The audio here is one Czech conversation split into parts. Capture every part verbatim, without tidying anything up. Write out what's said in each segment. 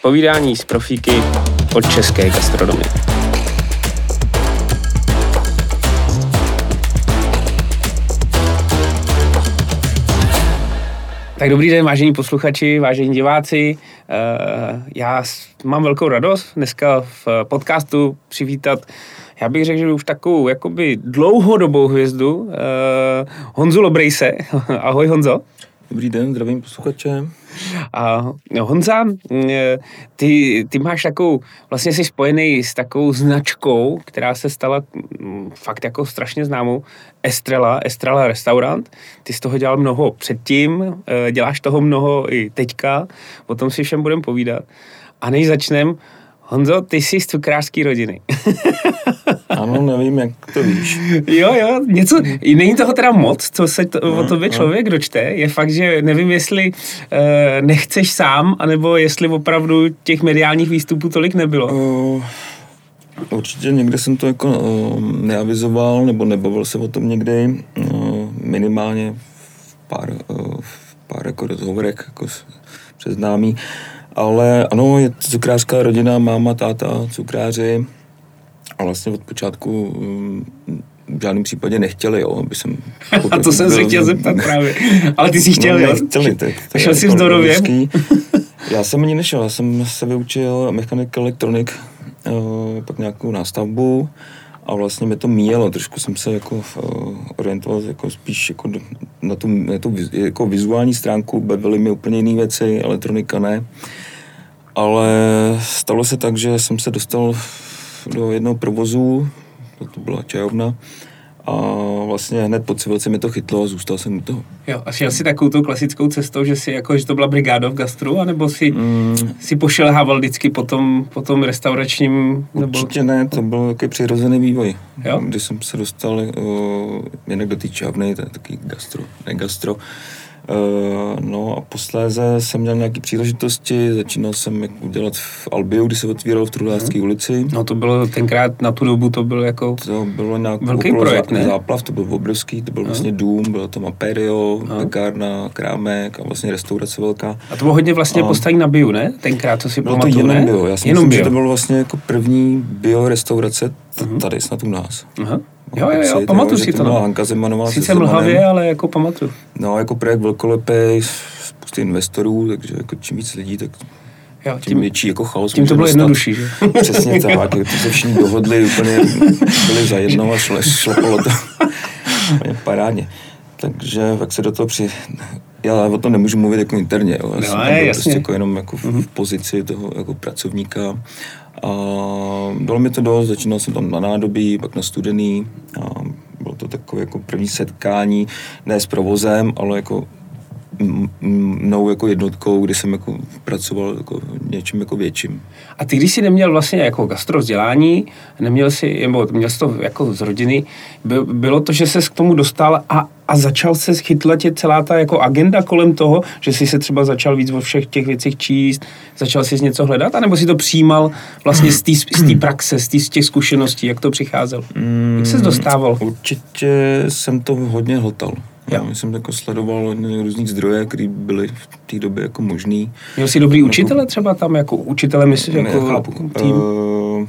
Povídání z profíky od české gastronomie. Tak dobrý den, vážení posluchači, vážení diváci. Já mám velkou radost dneska v podcastu přivítat, já bych řekl, že už takovou jakoby dlouhodobou hvězdu, Honzu Lobrejse. Ahoj, Honzo. Dobrý den, zdravím posluchače. A Honza, ty, ty máš takovou, vlastně jsi spojený s takovou značkou, která se stala fakt jako strašně známou, Estrela, Estrela restaurant. Ty jsi toho dělal mnoho předtím, děláš toho mnoho i teďka, o tom si všem budeme povídat. A než začnem, Honzo, ty jsi z cukrářský rodiny. Ano, nevím, jak to víš. Jo, jo, něco, není toho teda moc, co se to, no, o tobě člověk no. dočte. Je fakt, že nevím, jestli e, nechceš sám, anebo jestli opravdu těch mediálních výstupů tolik nebylo. Uh, určitě někde jsem to jako uh, neavizoval, nebo nebavil se o tom někdy. Uh, minimálně v pár, uh, v pár jako rozhovorech jako přes známý. Ale ano, je cukrářská rodina, máma, táta, cukráři. A vlastně od počátku um, v žádném případě nechtěli, jo, aby jsem... A to jsem se chtěl zeptat právě. Ale ty jsi chtěl, no, jo? Chtěli, tak. Šel jsi vzdorově? Já jsem ani nešel, já jsem se vyučil mechanik, elektronik, uh, pak nějakou nástavbu a vlastně mě to míjelo, trošku jsem se jako uh, orientoval jako spíš jako na tu, na tu jako vizuální stránku, bavily mi úplně jiné věci, elektronika ne. Ale stalo se tak, že jsem se dostal do jednoho provozu, to byla čajovna, a vlastně hned po civilce mi to chytlo a zůstal jsem u toho. Jo, a šel jsi takovou tou klasickou cestou, že si jako, že to byla brigáda v gastru, anebo si, mm. si pošelhával vždycky po tom, po tom restauračním? Nebo... Určitě ne, to byl takový přirozený vývoj. Jo? Když jsem se dostal uh, jinak do té čajovny, to je takový gastro, ne gastro. Uh, no a posléze jsem měl nějaké příležitosti, začínal jsem jako dělat v Albiu, kdy se otvíral v Truhlářské hmm. ulici. No to bylo tenkrát, na tu dobu to bylo jako to bylo nějak velký projekt, zá, ne? Záplav, to byl obrovský, to byl vlastně hmm. dům, bylo tam Aperio, pekárna, krámek a vlastně restaurace velká. A to bylo hodně vlastně a... postavení na bio, ne? Tenkrát, co si bylo pamatuju, to jenom ne? bio, já si jenom myslím, bio. že to bylo vlastně jako první bio restaurace t- tady snad u nás. Aha. Jo, jo, jo, pamatuju si to. Hanka Zemanová se sice mlhavě, ale jako pamatuju. No, jako projekt velkolepej, spoustu investorů, takže jako čím víc lidí, tak jo, tím, tím větší jako chaos. Tím to bylo jednodušší, že? Přesně tak, ty se všichni dohodli, úplně byli za jedno a šle, šlepalo to úplně parádně. Takže tak se do toho při... Já o tom nemůžu mluvit jako interně, jo. Já no, jsem tam byl prostě jako jenom jako v, v pozici toho jako pracovníka. A dalo mi to dost, začínal jsem tam na nádobí, pak na studený a bylo to takové jako první setkání, ne s provozem, ale jako mnou jako jednotkou, kdy jsem jako pracoval jako něčím jako větším. A ty, když jsi neměl vlastně jako gastrovzdělání, neměl jsi, nebo měl jsi to jako z rodiny, by, bylo to, že ses k tomu dostal a, a začal se chytlat tě celá ta jako agenda kolem toho, že jsi se třeba začal víc o všech těch věcech číst, začal jsi něco hledat, anebo si to přijímal vlastně z té praxe, z, tý, z těch zkušeností, jak to přicházelo? Mm, jak ses dostával? Určitě jsem to hodně hltal. Já jsem jako sledoval různých zdroje, které byly v té době jako možný. Měl jsi dobrý učitele třeba tam, jako učitele, myslíš, jako chápu. tým? Uh,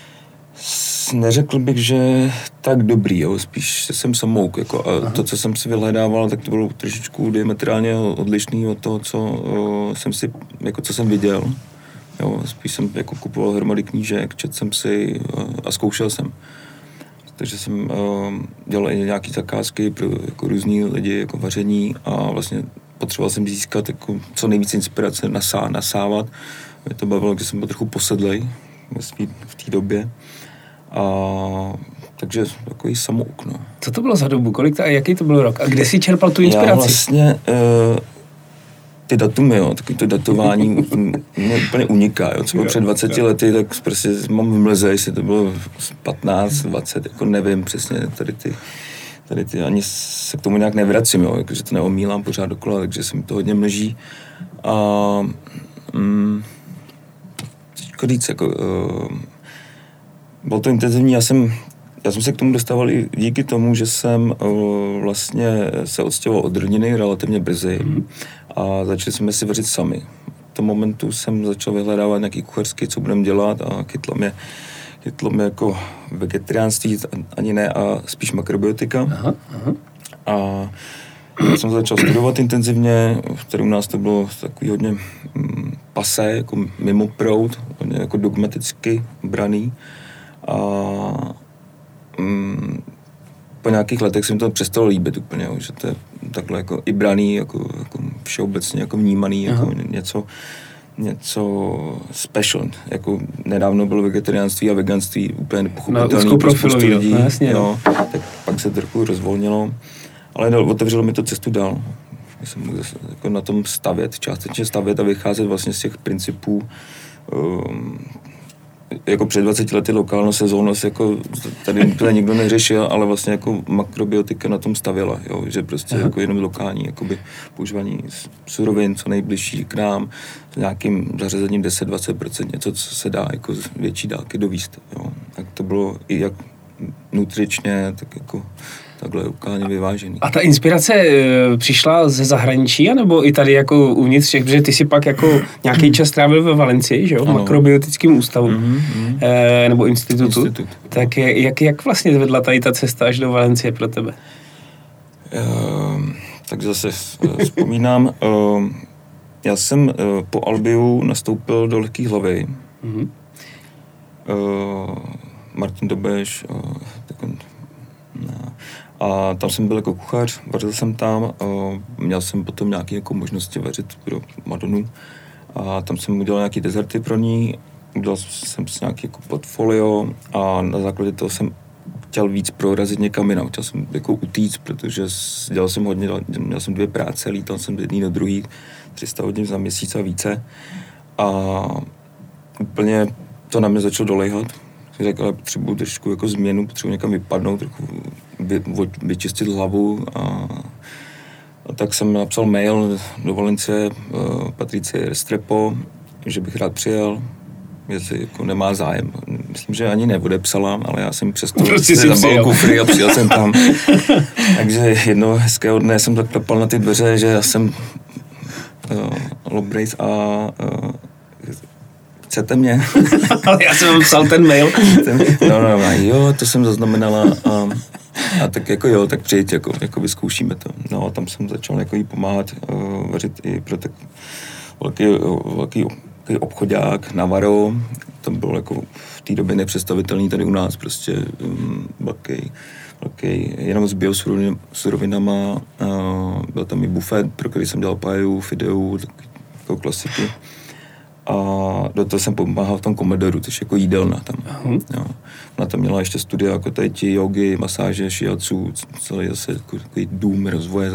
neřekl bych, že tak dobrý, jo. Spíš jsem samouk. Jako, a to, co jsem si vyhledával, tak to bylo trošičku diametrálně odlišný od toho, co uh, jsem si, jako co jsem viděl. Jo. Spíš jsem jako kupoval hromady knížek, četl jsem si uh, a zkoušel jsem. Takže jsem uh, dělal i nějaké zakázky pro jako různý lidi, jako vaření a vlastně potřeboval jsem získat jako co nejvíc inspirace, nasá, nasávat. Mě to bavilo, když jsem byl trochu posedlej v té době. A, takže takový samouk, no. Co to bylo za dobu? Kolik to, a jaký to byl rok? A kde jsi čerpal tu inspiraci? Já vlastně... Uh, ty datumy, jo, takový to datování mě úplně uniká, jo, co bylo před dvaceti lety, tak prostě mám v mlze, jestli to bylo patnáct, dvacet, jako nevím přesně, tady ty, tady ty, ani se k tomu nějak nevracím, jo, jakože to neomílám pořád dokola, takže se mi to hodně mlží a mm, těžko říct, jako, uh, bylo to intenzivní, já jsem Já jsem se k tomu dostával i díky tomu, že jsem uh, vlastně se odstěhoval od rodiny relativně brzy mm. a začali jsme si vařit sami. tom momentu jsem začal vyhledávat nějaký kuchařský, co budem dělat a chytlo mě, chytlo mě jako vegetariánství, ani ne, a spíš makrobiotika. Aha, aha. A já jsem začal studovat intenzivně, v u nás to bylo takový hodně mm, pasé, jako mimo proud, hodně jako dogmaticky braný. A mm, po nějakých letech se mi to přestalo líbit úplně, že to je takhle jako i braný, jako, jako všeobecně jako vnímaný, jako něco, něco special. Jako nedávno bylo vegetariánství a veganství úplně nepochopitelný. No, pro spoustu lidí, no, jasně, jo, tak pak se trochu rozvolnilo. Ale dal, otevřelo mi to cestu dál. Jsem mohl jako na tom stavět, částečně stavět a vycházet vlastně z těch principů. Um, jako před dvaceti lety lokálno sezónnost, jako tady úplně nikdo neřešil, ale vlastně jako makrobiotika na tom stavěla, jo, že prostě jako jenom lokální jakoby používání surovin, co nejbližší k nám, s nějakým zařazením deset až dvacet procent, něco, co se dá jako z větší dálky dovíst, jo. Tak to bylo i jak nutričně, tak jako takhle lokálně vyvážený. A ta inspirace e, přišla ze zahraničí, anebo i tady jako uvnitř Čech, protože ty si pak jako nějaký čas trávil ve Valencii, že jo, v makrobiotickém ústavu, mm-hmm. e, nebo institutu. Institut. Tak je, jak, jak vlastně vedla tady ta cesta až do Valencie pro tebe? E, tak zase vzpomínám, e, já jsem e, po Albiu nastoupil do Lehkých hlavy. Mm-hmm. E, Martin Dobeš, e, takový, a tam jsem byl jako kuchař, vařil jsem tam, měl jsem potom nějaké jako možnosti vařit pro Madonu a tam jsem udělal nějaké dezerty pro ní, udělal jsem si nějaké jako portfolio a na základě toho jsem chtěl víc prorazit někam jinam, chtěl jsem jako utíct, protože dělal jsem hodně, měl jsem dvě práce, lítal jsem z jedný do druhý, tři sta hodin za měsíc a více a úplně to na mě začalo dolejhat. Jsem řekl, ale potřebuji trošku jako změnu, potřebuji někam vypadnout, trochu vy, vyčistit hlavu a, a tak jsem napsal mail do Valencie uh, Patricie Restrepo, že bych rád přijel, jestli jako nemá zájem. Myslím, že ani neodepsala, ale já jsem přesto prostě si zabal kufry a přijel jsem tam. Takže jedno hezkého dne jsem tak klepal na ty dveře, že já jsem uh, Lobrace a uh, chcete mě? Ale já jsem vám psal ten mail. no, no, no, jo, to jsem zaznamenala a, a tak jako jo, tak přijď, jako, jako vyzkoušíme to. No a tam jsem začal jako jí pomáhat, uh, vařit i pro tak velký, velký, velký obchodák Navarro. To bylo jako v té době nepředstavitelný tady u nás, prostě um, velký, velký, jenom s biosurovinama, uh, byl tam i bufet, pro který jsem dělal páju, fideu, tak, jako klasiky. A do toho jsem pomáhal v tom komodoru, což jako jídelna tam. Uh-huh. Jo. Ona tam měla ještě studia jako tady ti jogy, masáže, šiatsu, celý zase takový dům rozvoje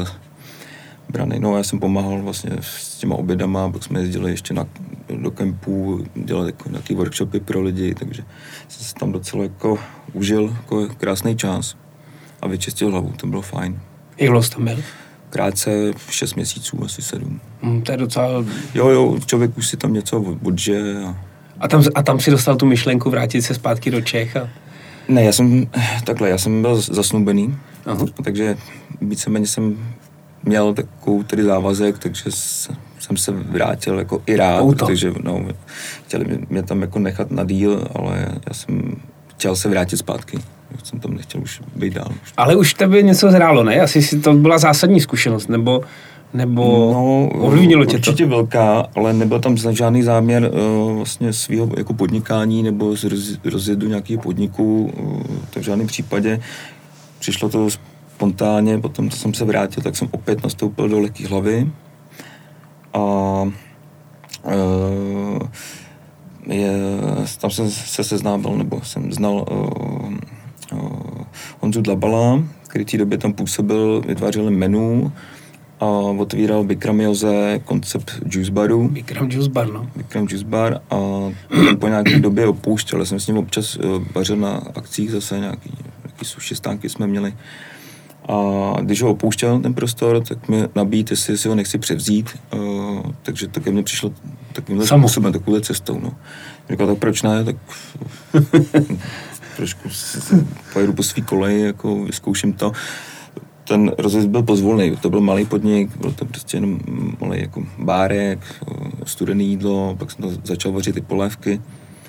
brany. No a já jsem pomáhal vlastně s těma obědama, pak jsme jezdili ještě na, do kempů, dělali jako nějaký workshopy pro lidi, takže jsem se tam docela jako užil jako krásný čas a vyčistil hlavu, to bylo fajn. Jak dlouho jsi tam byl? Krátce šest měsíců, asi sedm. Hmm, to je docela... Jo, jo, člověk už si tam něco odže. A, a, tam, a tam si dostal tu myšlenku vrátit se zpátky do Čech? A... Ne, já jsem, takhle, já jsem byl zasnoubený, aha. Takže víceméně jsem měl takovou tedy závazek, takže jsem se vrátil jako i rád, Auto. protože no, chtěli mě, mě tam jako nechat na díl, ale já jsem chtěl se vrátit zpátky. Jsem tam nechtěl už být dál. Ale už tebe něco zrálo, ne? Asi si to byla zásadní zkušenost, nebo, nebo no, ovlivnilo tě to? Určitě velká, ale nebyl tam žádný záměr uh, vlastně svého jako podnikání nebo z roz, rozjedu nějakého podniku, uh, to v žádném případě. Přišlo to spontánně, potom, co jsem se vrátil, tak jsem opět nastoupil do Lehkých hlavy a uh, je, tam jsem se seznámil, nebo jsem znal uh, Honzu Dlabala, který v té době tam působil, vytvářel menu a otvíral Bikram Joze koncept juice baru. Bikram juice bar, no. Bikram juice bar a po nějaké době opouštěl. Já jsem s ním občas vařil na akcích, zase nějaký, nějaký sushi stánky jsme měli. A když ho opouštěl ten prostor, tak mi nabít, jestli si ho nechci převzít, uh, takže to ke mně přišlo takovýmhle způsobem, takovouhle cestou, no. Říkal, tak proč ne, tak trošku pojedu po svý koleji, jako vyzkouším to. Ten rozjezd byl pozvolný, to byl malý podnik, byl to prostě jenom malý jako bárek, studené jídlo, pak jsem to začal vařit i polévky.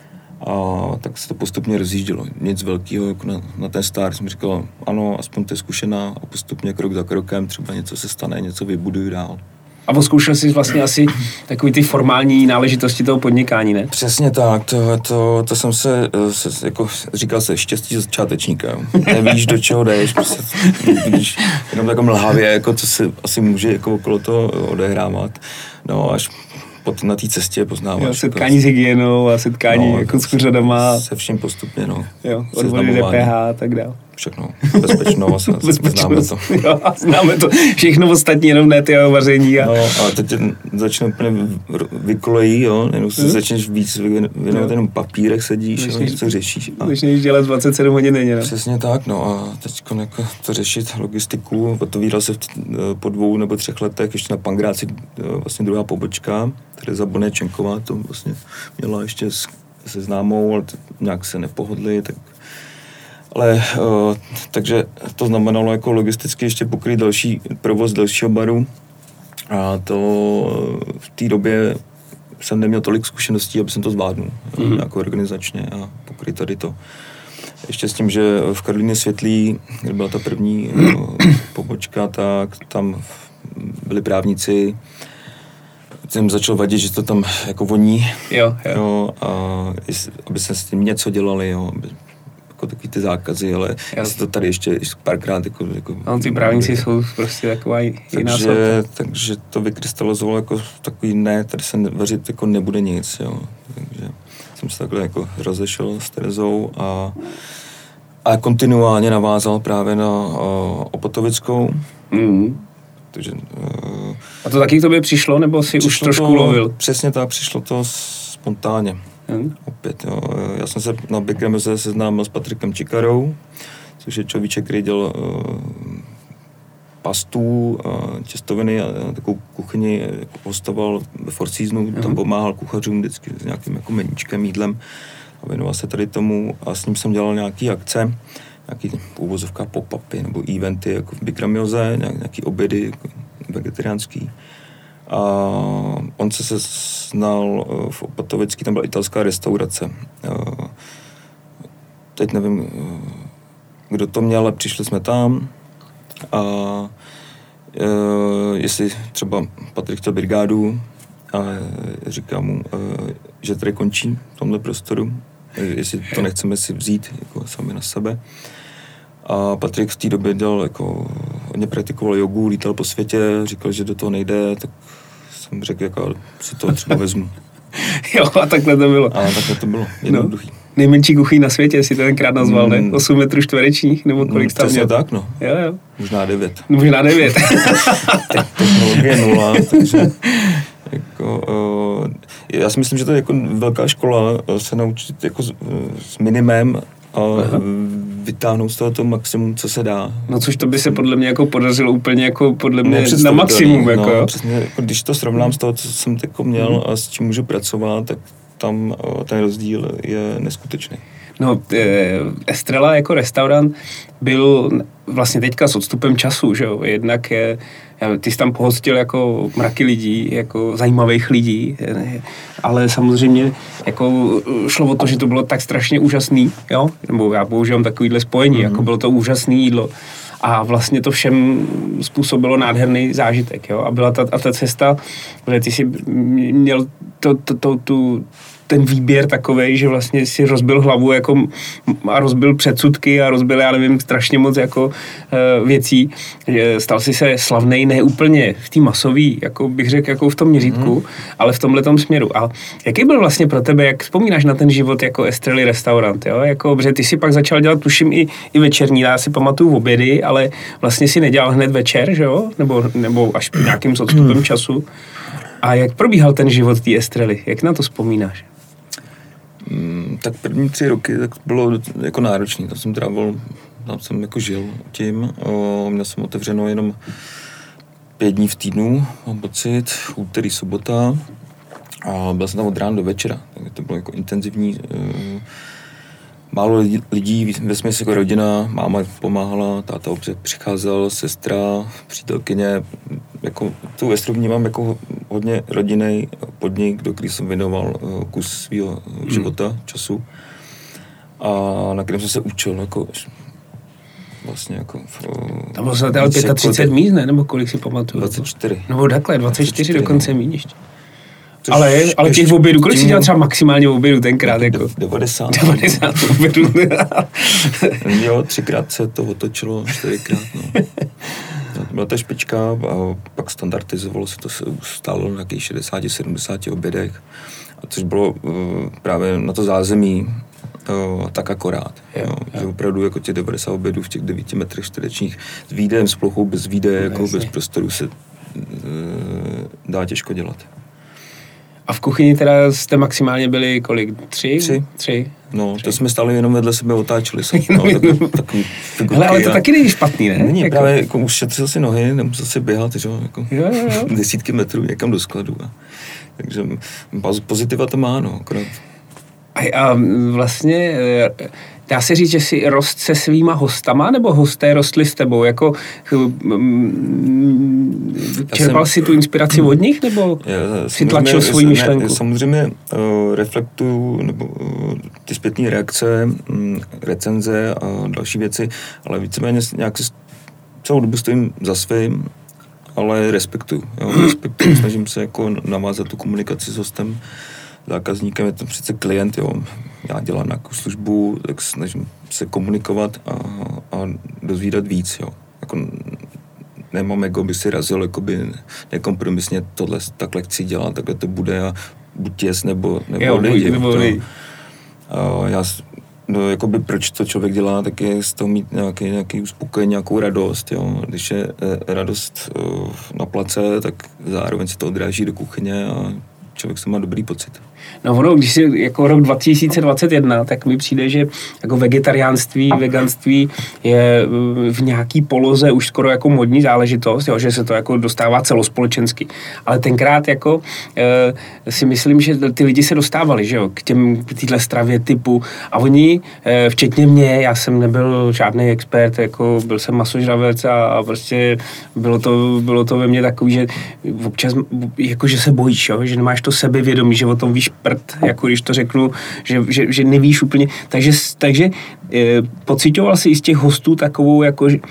A tak se to postupně rozjíždělo. Nic velkého jako na, na ten start jsem říkal, ano, aspoň to je zkušená a postupně krok za krokem třeba něco se stane, něco vybuduju dál. A odzkoušel jsi vlastně asi takový ty formální náležitosti toho podnikání, ne? Přesně tak, to, to, to jsem se, se, jako říkal se, štěstí začátečníka. Nevíš, do čeho jdeš, prostě, když jenom takovém lhavě, jako co se asi může jako okolo toho odehrávat. No až pot, na té cestě poznáváš. Jo, setkání jako, s hygienou a setkání no, jako s kuřadama. Se vším postupně, no. Jo, odvody D P H a tak dále. Všechno, bezpečnost, známe to. Jo, známe to, všechno ostatní, jenom ne ty vaření. A... No, ale teď začne úplně vykolejí, jo, jenom se hmm? začneš víc věnovat jenom papírech, sedíš, jo, něco řešíš. A... Začneš dělat dvacet sedm hodin denně, no. Přesně tak, no a teď jako to řešit, logistiku, otovíral se po dvou nebo třech letech ještě na Pangráci vlastně druhá pobočka, Tereza Bonečenková, to vlastně měla ještě se známou, ale nějak se nepohodli, tak ale, uh, takže to znamenalo jako logisticky ještě pokryt další provoz dalšího baru a to uh, v té době jsem neměl tolik zkušeností, aby jsem to zvládnul mm-hmm. jako organizačně a pokryt tady to. Ještě s tím, že v Karolíně Světlý, kde byla ta první uh, pobočka, tak tam byli právníci, jsem začal vadit, že to tam jako voní, jo, jo. Jo, a aby se s tím něco dělali, jo, aby, jako takový ty zákazy, ale jestli to tady ještě, ještě párkrát jako... jako no, ty právníci jsou prostě taková jiná takže, takže to vykrystalizovalo jako takový ne, tady se vařit jako nebude nic, jo. Takže jsem se takhle jako rozešel s Terezou a, a kontinuálně navázal právě na uh, Opatovickou. Mm. Takže, uh, a to taky k tobě přišlo, nebo si už trošku to, lovil? Přesně tak, přišlo to spontánně. Hmm. Opět, jo. Já jsem se na Bigrameze seznámil s Patrikem Čikarou, což je človíček, který dělal uh, pastu, uh, těstoviny a uh, takovou kuchyni jako hostoval ve Four Seasonu, hmm. tam pomáhal kuchařům vždycky s nějakým jako meníčkem, jídlem a věnoval se tady tomu a s ním jsem dělal nějaký akce, nějaký úvozovka pop-upy nebo eventy jako v Bigrameze, nějaký obědy jako vegetariánský. A on se znal v Opatovický, tam byla italská restaurace. Teď nevím, kdo to měl, ale přišli jsme tam a jestli třeba Patrik chtěl brigádu a říká mu, že tady končí v tomhle prostoru, jestli to nechceme si vzít jako sami na sebe. A Patrik v té době dělal jako, hodně praktikoval jogu, lítal po světě, říkal, že do toho nejde, tak jsem řekl, jako si to třeba vezmu. Jo, a takhle to bylo. A takhle to bylo, jednoduchý. No, nejmenší kuchyň na světě si to tenkrát nazval, mm. ne? osm metrů čtverečních, nebo kolik tam měl? tak, no. Jo, jo. Možná devět. No, možná devět. Technologie nula, takže jako, uh, já si myslím, že to je jako velká škola se naučit jako s, s minimem a aha. vytáhnout z toho to maximum, co se dá. No což to by se podle mě jako podařilo úplně jako podle mě na maximum. No, jako. Přesně, jako když to srovnám s toho, co jsem jako měl hmm. a s čím můžu pracovat, tak tam ten rozdíl je neskutečný. No, Estrela jako restaurant byl vlastně teďka s odstupem času, že jo, jednak je, ty jsi tam pohostil jako mraky lidí, jako zajímavých lidí, ale samozřejmě jako šlo o to, že to bylo tak strašně úžasný, jo, nebo já používám takovýhle spojení, mm-hmm. jako bylo to úžasné jídlo a vlastně to všem způsobilo nádherný zážitek, jo, a byla ta, a ta cesta, protože ty jsi měl to, to, to, tu ten výběr takovej, že vlastně si rozbil hlavu jako a rozbil předsudky a rozbil, já nevím, strašně moc jako uh, věcí. Stal si se slavnej ne úplně v té masový, jako bych řekl, jako v tom měřítku, mm. ale v tomhletom směru. A jaký byl vlastně pro tebe, jak vzpomínáš na ten život jako Estrely restaurant, jo? Jako, protože ty si pak začal dělat, tuším, i, i večerní, já si pamatuju obědy, ale vlastně si nedělal hned večer, že jo? Nebo, nebo až nějakým s odstupem času. A jak probíhal ten život té Estrely? Jak na to vzpomínáš? Tak první tři roky tak bylo jako náročný, tam jsem trávil, tam jsem jako žil tím, o, měl jsem otevřeno jenom pět dní v týdnu, mám pocit, úterý, sobota a byl jsem tam od rána do večera, takže to bylo jako intenzivní, e, málo lidí, lidí vesměs jako rodina, máma pomáhala, táta občas přicházel, sestra, přítelkyně, jako tu Estru vnímám jako hodně rodinnej podnik, do který jsem věnoval uh, kus svého hmm. života, času. A na kterém jsem se učil, jako vlastně jako... Tam bylo se ale třicet pět míst, ne? Nebo kolik si pamatuju? dvacet čtyři. Nebo takhle, dvacet čtyři dokonce míň ještě. Což ale, ale těch obědů, kolik jsi dělal třeba maximálně obědů tenkrát? Jako? devadesát. devadesát obědů. Jo, třikrát se to otočilo, čtyřikrát, no. Byla ta špička a pak standardizovalo se to, stálo na nějakých šedesát sedmdesát obědech, a což bylo uh, právě na to zázemí uh, tak akorát. Jo, jo, jo. Že opravdu jako těch devadesát obědů v těch devíti metrech čtverečních s výdejem, s plochou, bez výdeje, jako bez prostoru se uh, dá těžko dělat. A v kuchyni teda jste maximálně byli kolik? Tři? Tři. Tři. No, Tři. To jsme stáli jenom vedle sebe, otáčeli se. No, takový, takový figurky. Hele, ale to a... taky není špatný, ne? Není, jako... právě jako ušetřil si nohy, nemusel si běhat, že? Jako jo, jo, jo. desítky metrů někam do skladu. A... takže pozitiva to má, no, akorát. A, a vlastně dá se říct, že jsi rost se svýma hostama, nebo hosté rostli s tebou? Jako, čerpal jsem, si tu inspiraci od nich, nebo já, si tlačil svoji myšlenku? Ne, samozřejmě uh, reflektuju, nebo uh, ty zpětné reakce, um, recenze a další věci, ale víceméně nějak si celou dobu stojím za svým, ale respektuju. Jo, respektuju, snažím se jako navázat tu komunikaci s hostem, zákazníkem, je to přece klient, jo. Já dělám nějakou službu, tak snažím se komunikovat a, a dozvídat víc, jo. Jako nemám, jako by si razil, jakoby nekompromisně tohle, takhle chci dělat, takhle to bude a buď jest nebo, nebo jo, lidi. Nebo lidi. A já, no, jakoby proč to člověk dělá, tak je z toho mít nějaký, nějaký uspokojení, nějakou radost, jo. Když je eh, radost eh, na place, tak zároveň se to odráží do kuchyně a člověk se má dobrý pocit. No ono, když si jako rok dva tisíce dvacet jedna, tak mi přijde, že jako vegetariánství, veganství je v nějaký poloze už skoro jako modní záležitost, jo, že se to jako dostává celospolečensky. Ale tenkrát jako e, si myslím, že ty lidi se dostávali, že jo, k těm, k téhle stravě typu a oni, e, včetně mě, já jsem nebyl žádný expert, jako byl jsem masožravec a, a prostě bylo to, bylo to ve mně takový, že občas jako, že se bojíš, jo, že nemáš to sebevědomí, že o tom víš prd, jako když to řeknu, že, že, že nevíš úplně. Takže, takže e, pocitoval jsi i z těch hostů takovou, jako, e,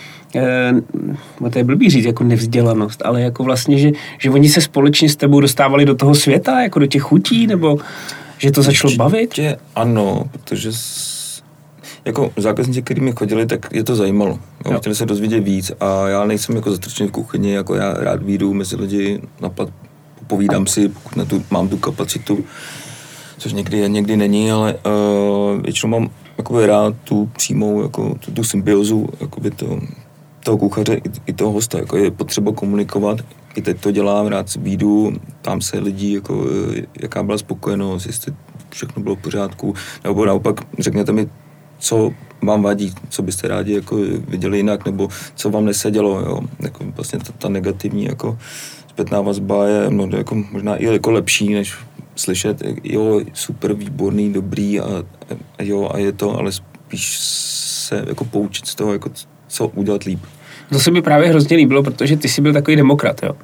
to je blbý říct, jako nevzdělanost, ale jako vlastně, že, že oni se společně s tebou dostávali do toho světa, jako do těch chutí, nebo že to začalo bavit? Určitě ano, protože s, jako zákazníci, který mi chodili, tak je to zajímalo. Jo, chtěli se dozvědět víc a já nejsem jako zatrčený v kuchyni, jako já rád vyjdu mezi lidi na plat, povídám si, pokud na tu, mám tu kapacitu, což někdy je, někdy není, ale uh, většinou mám jakoby rád tu přímou, jako tu, tu symbiozu, jakoby to, toho kuchaře i, i toho hosta, jako je potřeba komunikovat, i teď to dělám, rád si výjdu, tam se lidí, jako, jaká byla spokojenost, jestli všechno bylo v pořádku, nebo naopak řekněte mi, co vám vadí, co byste rádi jako viděli jinak, nebo co vám nesedělo, jo, jako vlastně ta, ta negativní, jako zpětná vazba je no, jako, možná i jako lepší, než slyšet, jo, super, výborný, dobrý a, a jo, a je to, ale spíš se jako poučit z toho, jako co udělat líp. To se mi právě hrozně líbilo, protože ty jsi byl takový demokrat, jo.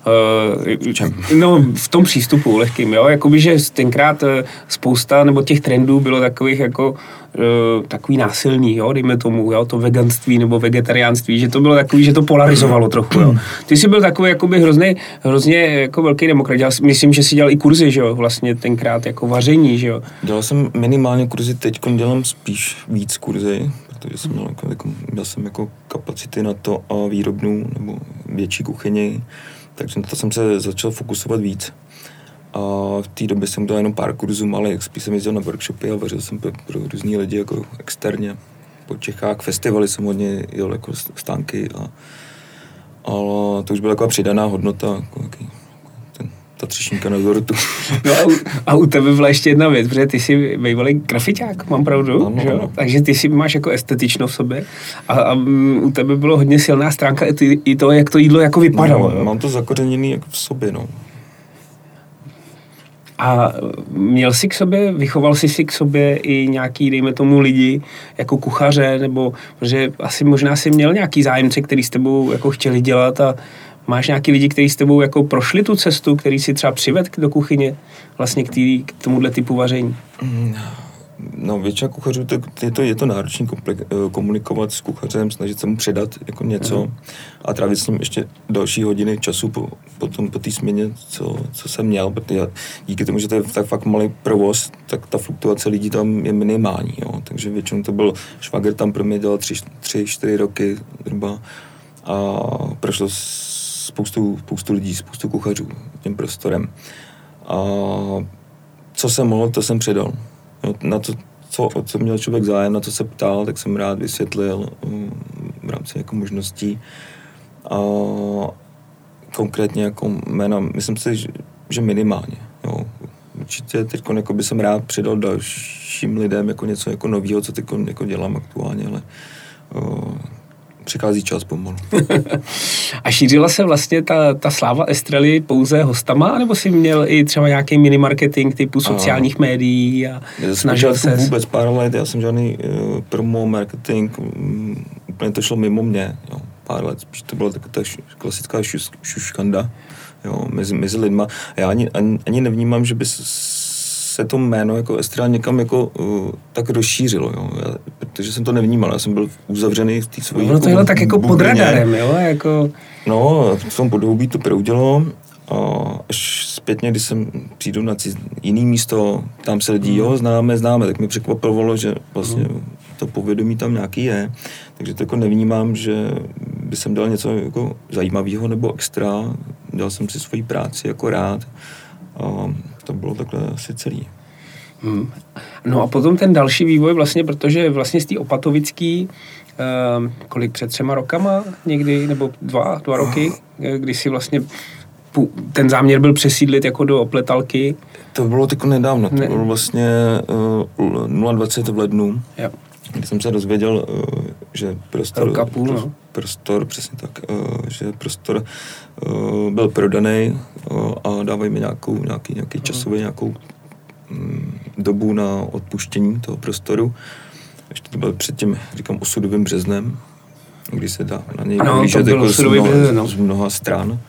Uh, no, v tom přístupu lehkým, jo, jakoby, že tenkrát spousta, nebo těch trendů bylo takových jako uh, takový násilný, jo, dejme tomu, jo, to veganství nebo vegetariánství, že to bylo takový, že to polarizovalo trochu, jo. Ty jsi byl takový jakoby hrozně, hrozně jako velký demokrat, já myslím, že jsi dělal i kurzy, že jo, vlastně tenkrát jako vaření, že jo. Dělal jsem minimálně kurzy, teď dělám spíš víc kurzy, protože jsem měl, jako, jako, měl jsem jako kapacity na to a výrobnou nebo větší kuchyni. Takže na to jsem se začal fokusovat víc. A v té době jsem dělal jenom pár kurzů, ale spíš jsem jezdil na workshopy a vařil jsem pro, pro různý lidi jako externě. Po Čechách, festivaly jsem hodně jel jako stánky a, ale to už byla taková přidaná hodnota, jako, jako ten, ta třešínka na dortu. No a u, a u tebe byla ještě jedna věc, protože ty jsi bývalý grafiťák, mám pravdu, ano, že? Ano. Takže ty si máš jako estetično v sobě a, a u tebe bylo hodně silná stránka i, i to, jak to jídlo jako vypadalo. No, mám to zakořeněný jako v sobě, no. A měl jsi k sobě, vychoval jsi si k sobě i nějaký, dejme tomu, lidi jako kuchaře, nebo, protože asi možná si měl nějaký zájemce, který s tebou jako chtěli dělat a Máš nějaký lidi, kteří s tebou jako prošli tu cestu, který si třeba přived do kuchyně, vlastně k, tý, k tomuhle typu vaření? No, většina kuchařů, tak je to, je to náročný komunikovat s kuchařem, snažit se mu předat jako něco mm. a trávit s ním ještě další hodiny času po, po, tom, po té směně, co, co jsem měl, protože díky tomu, že to je tak fakt malý provoz, tak ta fluktuace lidí tam je minimální, jo. Takže většinou to byl, švagr tam pro mě dělal tři, tři, čtyři roky zhruba a prošlo spoustu, spoustu lidí, spoustu kuchařů tím prostorem. A co jsem mohl, to jsem předal. Na to, co, co měl člověk zájem, na co se ptal, tak jsem rád vysvětlil um, v rámci jako možností. A konkrétně jako jména, myslím si, že, že minimálně. Jo. Určitě teď jako by jsem rád předal dalším lidem jako něco jako nového, co teď jako dělám aktuálně, ale uh, přichází čas pomalu. A šířila se vlastně ta, ta sláva Estrely pouze hostama, nebo jsi měl i třeba nějaký minimarketing typu sociálních a médií a snažil se? Vůbec pár let, já jsem žádný uh, promo, marketing, um, úplně to šlo mimo mě, jo, pár let, spíš to byla taková ta klasická šus, šuškanda, jo, mezi, mezi lidma. Já ani, ani, ani nevnímám, že by se to jméno jako Estrela někam jako uh, tak rozšířilo, jo, já, protože jsem to nevnímal, já jsem byl uzavřený v té svojí... No to je tak jako pod radarem, jo, jako... No, v tom podhoubí to proudilo a až zpětně, když jsem přijdu na jiný místo, tam se lidi, mm. jo, známe, známe, tak mi překvapovalo, že vlastně mm. to povědomí tam nějaký je, takže to jako nevnímám, že by jsem dělal něco jako zajímavého nebo extra, dělal jsem si svoji práci jako rád a to bylo takhle asi celý. Hmm. No a potom ten další vývoj vlastně, protože vlastně z té opatovický, eh, kolik před třema rokama někdy, nebo dva, dva roky, kdy si vlastně ten záměr byl přesídlit jako do Opletalky. To bylo tako nedávno, to ne. bylo vlastně uh, nula dvacet v lednu, jo. Kdy jsem se dozvěděl, uh, že prostor, Roka půl, prostor, no. prostor, přesně tak, uh, že prostor uh, byl prodaný uh, a dávají mi nějakou, nějaký, nějaký časový, nějakou um, dobu na odpuštění toho prostoru. Ještě to bylo před tím, říkám, osudovým březnem, kdy se dá na něj nahlížet jako z mnoha, březen, no. z mnoha stran.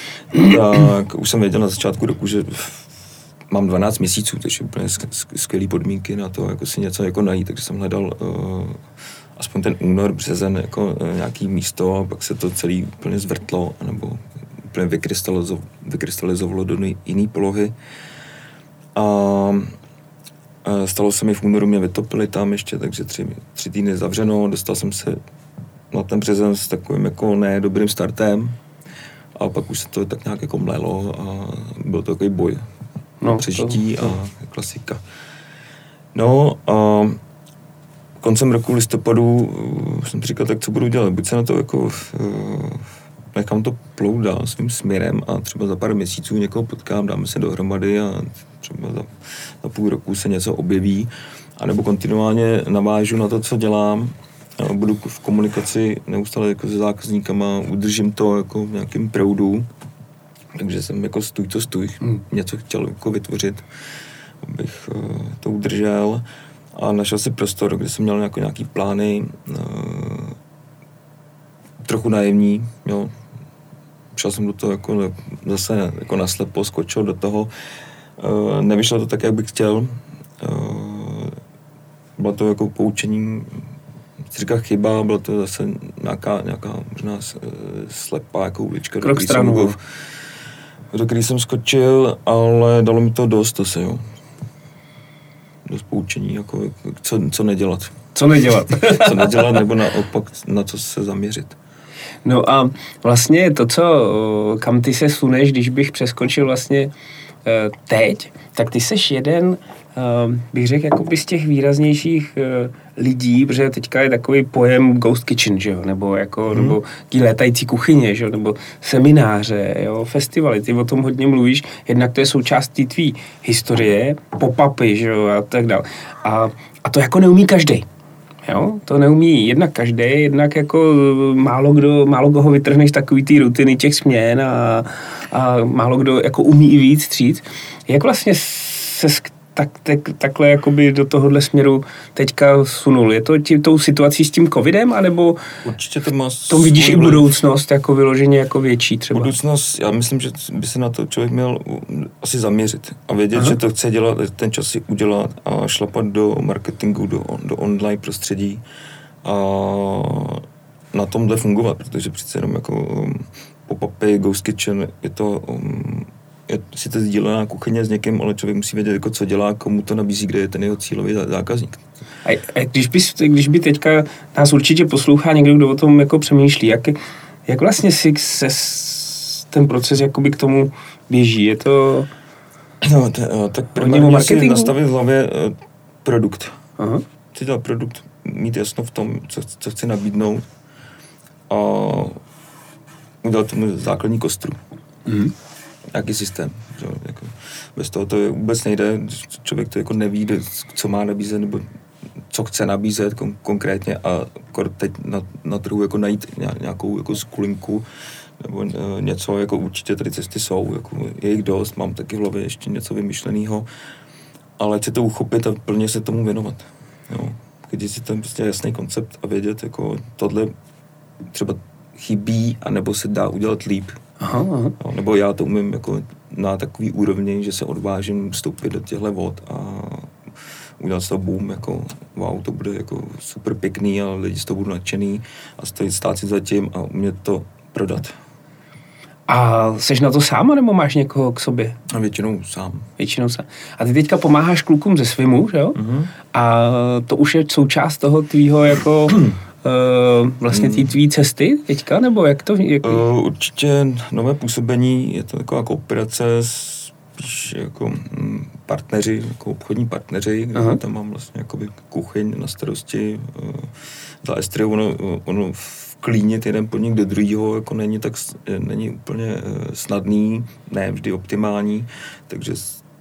Tak už jsem věděl na začátku roku, že mám dvanáct měsíců, takže úplně skvělý podmínky na to, jako si něco jako najít, takže jsem hledal uh, aspoň ten únor, březen, jako uh, nějaký místo a pak se to celý úplně zvrtlo, nebo úplně vykrystalizo- vykrystalizovalo do jiné polohy. A uh, stalo se mi v únoru, mě vytopili tam ještě, takže tři, tři týdny zavřeno, dostal jsem se na ten březen s takovým jako ne dobrým startem. A pak už se to tak nějak jako mlelo a byl to takový boj. No, přežití to, to. A klasika. No a koncem roku listopadu uh, jsem říkal, tak co budu dělat? Buď se na to jako uh, nechám to plout dál svým směrem a třeba za pár měsíců někoho potkám, dáme se dohromady a třeba za, za půl roku se něco objeví. A nebo kontinuálně navážu na to, co dělám. A budu v komunikaci neustále jako se zákazníkama, udržím to jako v nějakém proudu, takže jsem jako stůj to stůj, hmm. něco chtěl jako vytvořit, abych uh, to udržel a našel si prostor, kde jsem měl jako nějaký plány, uh, trochu naivní, jo. Šel jsem do toho jako zase jako naslepo, skočil do toho, uh, nevyšlo to tak, jak bych chtěl, uh, bylo to jako poučení, říká chyba, byla to zase nějaká, nějaká možná slepá jako ulička, krok stranu, do který jsem skočil, ale dalo mi to dost asi, jo. Dost poučení, jako co, co nedělat. Co nedělat. co nedělat, nebo naopak na co se zaměřit. No a vlastně to, co, kam ty se suneš, když bych přeskočil vlastně teď, tak ty seš jeden, bych řekl, jakoby z těch výraznějších lidí, protože teďka je takový pojem ghost kitchen, že jo, nebo jako, hmm. nebo tí létající kuchyně, že jo, nebo semináře, jo, festivaly, ty o tom hodně mluvíš, jednak to je součástí tvý historie, pop-upy, že jo, a tak dále. A, a to jako neumí každej. Jo, to neumí jednak každý, jednak jako málo kdo, málo koho vytrhneš takový ty rutiny těch směn a, a málo kdo jako umí i víc stříc. Jak vlastně se k tak, tak, takhle jakoby do tohohle směru teďka sunul? Je to tím, tou situací s tím covidem, anebo určitě to má to vidíš i budoucnost jako vyloženě jako větší třeba? Budoucnost, já myslím, že by se na to člověk měl asi zaměřit a vědět, Aha. že to chce dělat, ten čas si udělat a šlapat do marketingu, do, do online prostředí a na tomhle fungovat, protože přece jenom jako um, pop-upy, Ghost Kitchen, je to um, je si to sdílená kuchyně s někým, ale člověk musí vědět, jako co dělá, komu to nabízí, kde je ten jeho cílový zákazník. A, a když, by, když by teďka nás určitě poslouchá někdo, kdo o tom jako přemýšlí, jak, jak vlastně si se, ten proces jakoby k tomu běží? Je to... No, t, tak primárně si nastavit v hlavě uh, produkt. Aha. Chci dělat produkt, mít jasno v tom, co, co chci nabídnout a udělat tomu základní kostru. Mm. Nějaký systém. Že? Jako, bez toho to je, vůbec nejde, člověk to jako neví, co má nabízet, nebo co chce nabízet kon, konkrétně a teď na, na trhu jako najít nějakou jako skulinku nebo něco, jako určitě tady cesty jsou, jako je jich dost, mám taky v hlavě ještě něco vymyšleného, ale chci to uchopit a plně se tomu věnovat. Jo. Když si ten prostě jasný koncept a vědět, jako tohle třeba chybí, anebo se dá udělat líp. Aha, aha. No, nebo já to umím jako na takový úrovni, že se odvážím vstoupit do těchto vod a udělat z toho boom, jako wow, to bude jako super pěkný a lidi z toho budou nadšený a stojí stát si za tím a umět to prodat. A seš na to sám, nebo máš někoho k sobě? A většinou sám. Většinou sám. A ty teďka pomáháš klukům ze svimu, že jo? Mm-hmm. A to už je součást toho tvýho jako Uh, vlastně té tvý cesty teďka, nebo jak to? Jak... Uh, určitě nové působení, je to taková kooperace, spíš jako mm, partneři, jako obchodní partneři, kde Aha. tam mám vlastně jakoby kuchyň na starosti. Uh, za Estry ono, ono vklínit jeden podnik do druhého jako není tak, není úplně snadný, ne vždy optimální, takže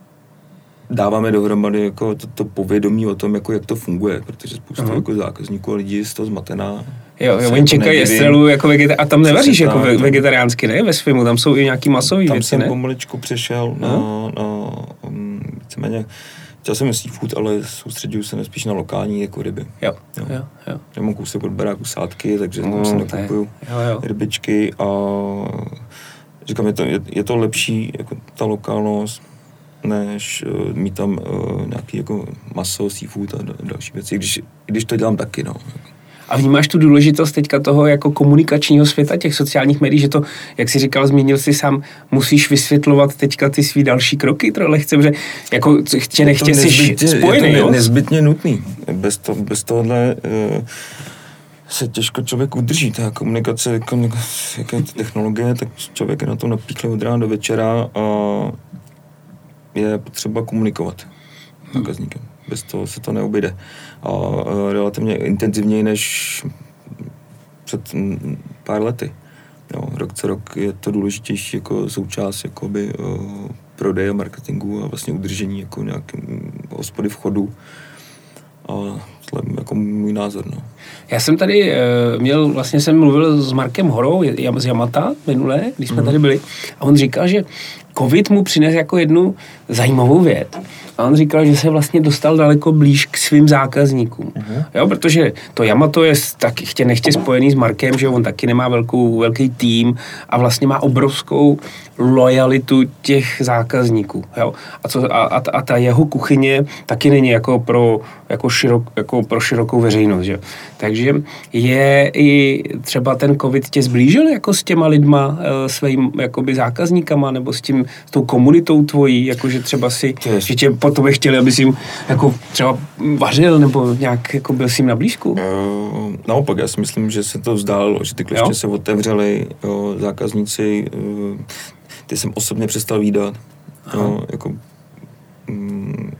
dáváme dohromady jako to, to povědomí o tom, jako jak to funguje, protože spousta uh-huh. jako zákazníků a lidí je z toho zmatená. Jo, jo oni čekají Estrelu jako vegetariánsky, a tam nevaříš jako ve, vegetariánsky, ne? Ve svimu, tam jsou i nějaký masový tam věci, ne? Tam jsem ne? pomaličku přešel na, uh-huh. na um, víceméně, chtěl jsem seafood, ale soustředil se spíš na lokální jako ryby. Jo, jo, jo. jo. Já mám kousek od baráku sádky, takže tam no, si nekupuju rybičky a říkám, je to, je, je to lepší, jako ta lokálnost, než uh, mít tam uh, nějaký jako maso, seafood a další věci, když, když to dělám taky, no. A vnímáš tu důležitost teďka toho jako komunikačního světa, těch sociálních médií, že to, jak jsi říkal, zmínil jsi sám, musíš vysvětlovat teďka ty svý další kroky, to lehce, že jako chtě nechtě jsi spojený, je to jo? nezbytně nutný. Bez, to, bez tohohle uh, se těžko člověk udrží. Ta komunikace, komunikace jaké technologie, tak člověk je na tom napíchle od rána do večera a je potřeba komunikovat s zákazníkem. Bez toho se to neobejde. A relativně intenzivněji než před pár lety. Jo, rok co rok je to důležitější jako součást jakoby, uh, prodeje, marketingu a vlastně udržení jako nějaké hospody v chodu. A to je jako můj názor. No. Já jsem tady uh, měl, vlastně jsem mluvil s Markem Horou z Yamata minulé, když jsme mm. tady byli, a on říkal, že covid mu přines jako jednu zajímavou věc. A on říkal, že se vlastně dostal daleko blíž k svým zákazníkům. Uh-huh. Jo, protože to Yamato je taky chtě nechtě spojený s Markem, že on taky nemá velkou, velký tým a vlastně má obrovskou lojalitu těch zákazníků. Jo? A, co, a, a, a ta jeho kuchyně taky není jako pro, jako širok, jako pro širokou veřejnost. Že? Takže je i třeba ten covid tě zblížil jako s těma lidma, svým jakoby zákazníkama, nebo s tím, s tou komunitou tvojí, jakože třeba si, že tě po tobě chtěli, abys jim jako třeba vařil, nebo nějak jako byl jsi jim na blízku? Uh, naopak, já si myslím, že se to vzdálilo, že ty kliště se otevřely, jo, zákazníci, uh, ty jsem osobně přestal vídat, jo, jako um,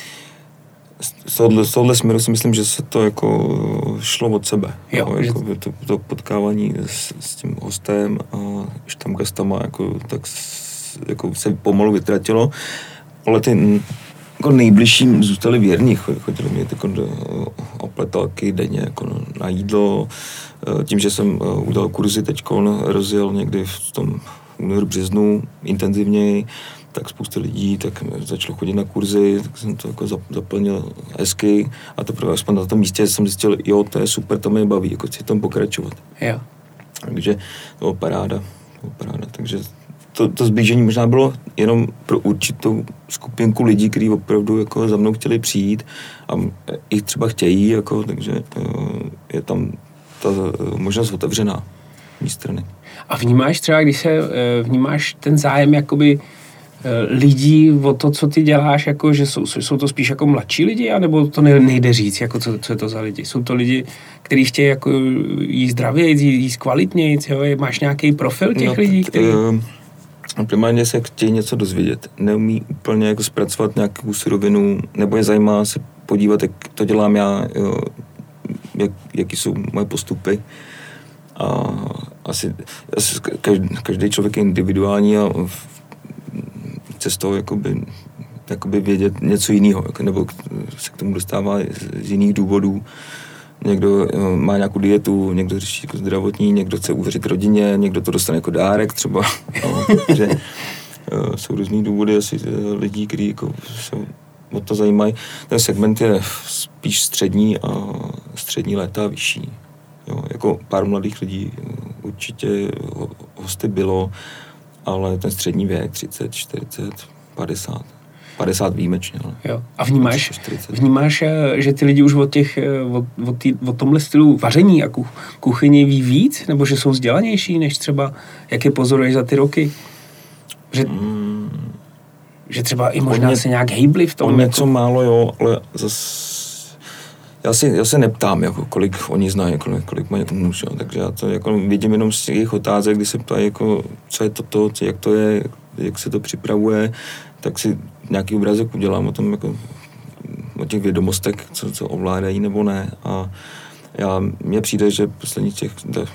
z tohohle, z tohohle směru si myslím, že se to jako šlo od sebe. Jo, jo, jako to, to potkávání s, s tím hostem a už tam gastama jako, tak jako se pomalu vytratilo, ale ty jako nejbližším zůstali věrní, chodili mě jako do opletalky denně jako na jídlo, tím, že jsem udělal kurzy teďkon, rozjel někdy v tom únoru, březnu intenzivněji, tak spousta lidí, tak začalo chodit na kurzy, tak jsem to jako zaplnil hezky a teprve aspoň na tom místě jsem zjistil, jo, to je super, to mě baví, jako chci tam pokračovat. Jo. Takže to byla paráda, to byla paráda, takže to, to zblížení možná bylo jenom pro určitou skupinku lidí, kteří opravdu jako za mnou chtěli přijít a jich třeba chtějí, jako, takže je tam ta možnost otevřená z mé strany. A vnímáš třeba, když se vnímáš ten zájem jakoby lidí o to, co ty děláš, jako, že jsou, jsou to spíš jako mladší lidi, anebo to nejde říct, jako co, co je to za lidi? Jsou to lidi, kteří chtějí jako jíst zdravějc, jíst kvalitnějc, jo? Máš nějaký profil těch no, lidí, který... Uh, primárně se chtějí něco dozvědět. Neumí úplně jako zpracovat nějakou surovinu, nebo je zajímá se podívat, jak to dělám já, jo, jak, jaký jsou moje postupy. A asi, asi každý, každý člověk je individuální a chce z toho jakoby, jakoby vědět něco jiného, nebo se k tomu dostává z jiných důvodů. Někdo má nějakou dietu, někdo řeší jako zdravotní, někdo chce uvěřit rodině, někdo to dostane jako dárek třeba. No, že jsou různý důvody asi lidí, kteří jako se o to zajímají. Ten segment je spíš střední a střední léta a vyšší. Jo, jako pár mladých lidí určitě hosty bylo, ale ten střední věk, třicet, čtyřicet, padesát. padesát výjimečně. Ale jo. A vnímáš, vnímáš, že ty lidi už od, těch, od, od, tý, od tomhle stylu vaření a kuchyni ví víc, nebo že jsou vzdělanější, než třeba, jak je pozoruješ za ty roky? Že, mm, že třeba i možná mě, se nějak hejbli v tom? O něco jako... málo, jo, ale zase Já si, já se neptám, jako, kolik oni znají, kolik, kolik mají nůž, takže já to jako vidím jenom z jejich otázek, kdy se ptají, jako, co je toto, co, jak to je, jak se to připravuje, tak si nějaký obrázek udělám o tom, jako, o těch vědomostech, co, co ovládají nebo ne. A já, mně přijde, že posledních těch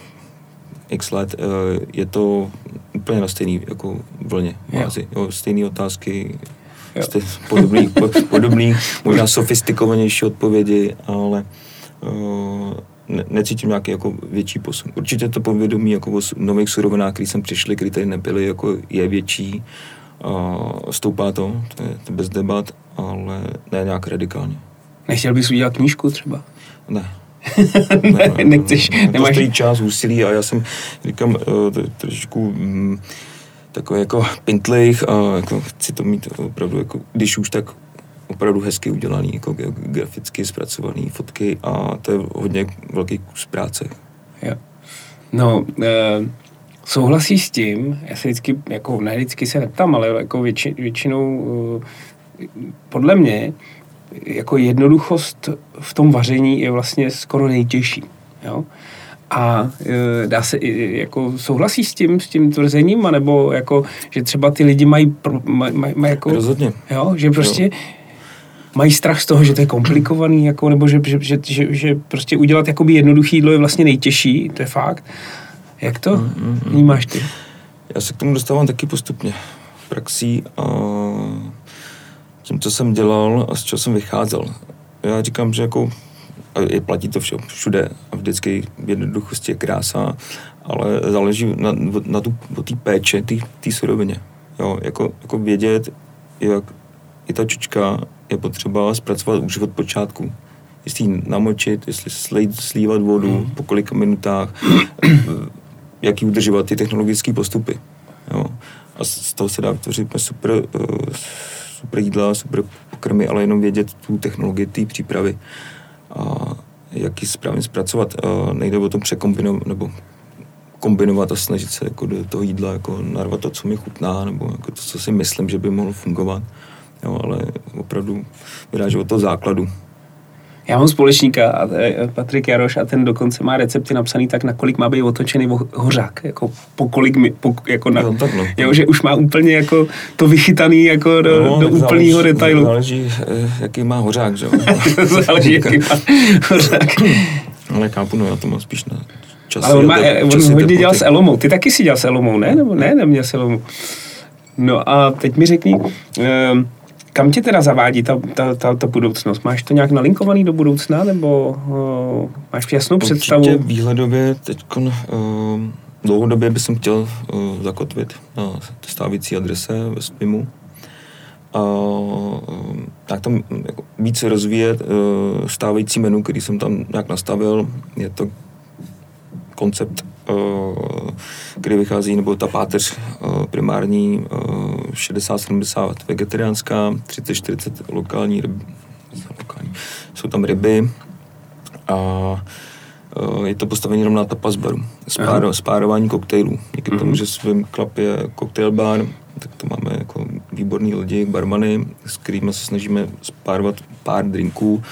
x let je to úplně na stejný jako vlně, bázi, jo, stejné otázky, Podobný, podobný, možná sofistikovanější odpovědi, ale uh, ne, necítím nějaký jako větší posun. Určitě to povědomí jako o nových surovinách, který sem přišli, který tady nebyli, jako je větší. Uh, stoupá to, to je, to bez debat, ale ne nějak radikálně. Nechtěl bys udělat knížku třeba? Ne. ne, ne, ne nechceš, ne, nemáš... To stojí čas, úsilí a já jsem, říkám, uh, trošičku... Mm, takový jako pintlejch a jako chci to mít opravdu, jako, když už tak opravdu hezky udělaný, jako graficky zpracovaný fotky a to je hodně velký kus práce. Jo. No, e, souhlasíš s tím, já se vždycky, jako ne vždycky se neptám, ale jako větši, většinou e, podle mě jako jednoduchost v tom vaření je vlastně skoro nejtěžší, jo. A e, dá se, jako souhlasíš s tím, s tím tvrzením, anebo jako, že třeba ty lidi mají, maj, maj, maj jako... Rozhodně. Jo, že prostě jo. Mají strach z toho, že to je komplikovaný, jako, nebo že, že, že, že, že prostě udělat jakoby jednoduché jídlo je vlastně nejtěžší, to je fakt. Jak to mm, mm, vnímáš ty? Já se k tomu dostávám taky postupně. Praxí a tím, co jsem dělal a z čeho jsem vycházel. Já říkám, že jako a platí to vše, všude a vždycky v jednoduchosti je krása, ale záleží na, na tu, té péče, té surovině. Jo, jako, jako vědět, jak i ta čočka je potřeba zpracovat už od počátku. Jestli ji namočit, jestli slejt, slívat vodu, mm. po kolika minutách, jak ji udržovat, ty technologické postupy. Jo. A z toho se dá vytvořit super, super jídla, super pokrmy, ale jenom vědět tu technologii té přípravy. A jak ji správně zpracovat. A nejde o tom překombinovat, nebo kombinovat a snažit se jako do toho jídla jako narvat to, co mi chutná, nebo jako to, co si myslím, že by mohlo fungovat. Jo, ale opravdu vyráží od toho základu. Já mám společníka, Patrik Jaroš, a ten dokonce má recepty napsaný tak, na kolik má být otočený hořák, jako po kolik mi, po, jako na, jo, tak no. Jo, že už má úplně jako to vychytaný jako do, no, do úplného detailu. Záleží, jaký má hořák, že jo. Záleží, jaký má hořák. Ale chápu, no já to mám spíš na časy. Ale on, má, on hodně dělal s Elomou. Ty taky si dělal s Elomou, ne? Nebo ne, neměl s Elomou. No a teď mi řekni, um, kam tě teda zavádí ta, ta, ta, ta budoucnost? Máš to nějak nalinkovaný do budoucna, nebo uh, máš jasnou Určitě představu? Určitě výhledově teďkon uh, dlouhodobě bych chtěl uh, zakotvit na stávající adrese ve Spimu. a tak tam jako více rozvíjet stávající menu, který jsem tam nějak nastavil. Je to koncept, který vychází, nebo ta páteř primární, šedesát sedmdesát vegetariánská, třicet čtyřicet lokální ryby. Lokální. Jsou tam ryby a je to postavení jenom na tapas baru. Spáro, spárování koktejlů. Díky mm-hmm. tomu, že svým klub je koktejl bar, tak to máme jako výborný lidi, barmany, s kterými se snažíme spárovat pár drinků,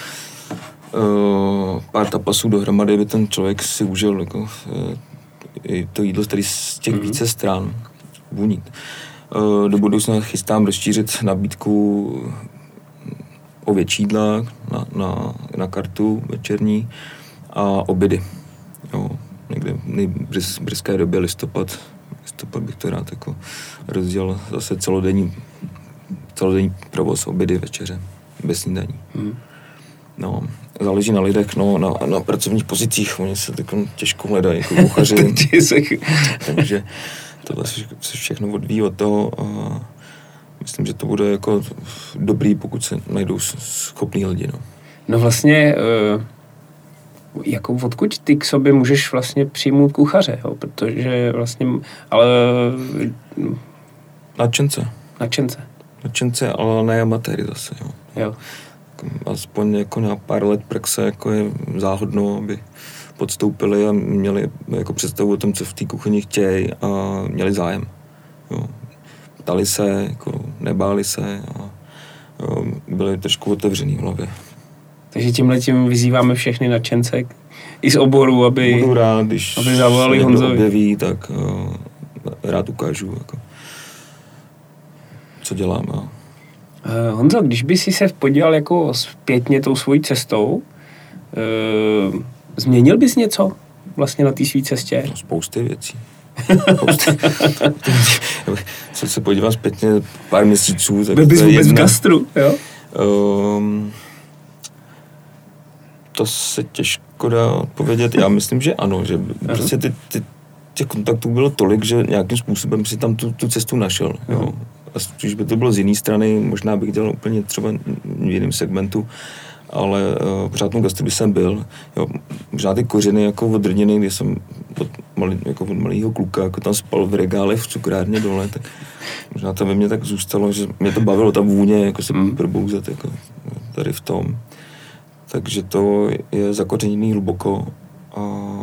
pár tapasů dohromady, aby ten člověk si užil jako, to jídlo tady z těch mm-hmm. více stran vůnit. Do budoucna chystám rozšířit nabídku o větší jídla na, na, na kartu večerní a obědy. Jo, někde v brzké době listopad, listopad bych to rád jako rozdělal zase celodenní, celodenní provoz, obědy, večeře, bez snídaní. Mm. No, záleží na lidech, no, na, na pracovních pozicích, oni se tak těžko hledají, jako kuchaři. Takže tohle se všechno odvíjí od toho a myslím, že to bude jako dobrý, pokud se najdou schopný lidi, no. No vlastně, jako odkud ty k sobě můžeš vlastně přijmout kuchaře, jo? Protože vlastně, ale... Nadšence. Nadšence. Nadšence, ale ne amatéry zase, jo. Jo. Aspoň jako na pár let praxe jako je záhodno, aby podstoupili a měli jako představu o tom, co v té kuchyni chtějí a měli zájem. Jo. Ptali se, jako nebáli se a jo, byli trošku otevřený v hlavě. Takže tímhletím vyzýváme všechny nadšence i z oboru, aby, Budu rád, když aby zavolali Honzovi. Objeví, tak uh, rád ukážu, jako, co dělám. Uh. Uh, Honzo, když by si se podíval jako zpětně tou svojí cestou, uh, změnil bys něco vlastně na té své cestě? No, spousty věcí. Spousty. Co se podívám zpětně pár měsíců, tak byl bys vůbec jedna... v gastru, jo? Um, to se těžko dá odpovědět. Já myslím, že ano, že prostě ty, ty, těch kontaktů bylo tolik, že nějakým způsobem si tam tu, tu cestu našel. Jo. A když by to bylo z jiné strany, možná bych dělal úplně třeba v jiném segmentu, ale uh, pořád v gastru, když jsem byl, jo, možná ty kořeny jako od rodiny, kdy jsem od, malý, jako od malého kluka jako tam spal v regále v cukrárně dole, tak možná to ve mně tak zůstalo, že mě to bavilo, ta vůně, jako se mm. probouzet jako tady v tom. Takže to je zakořeněný hluboko a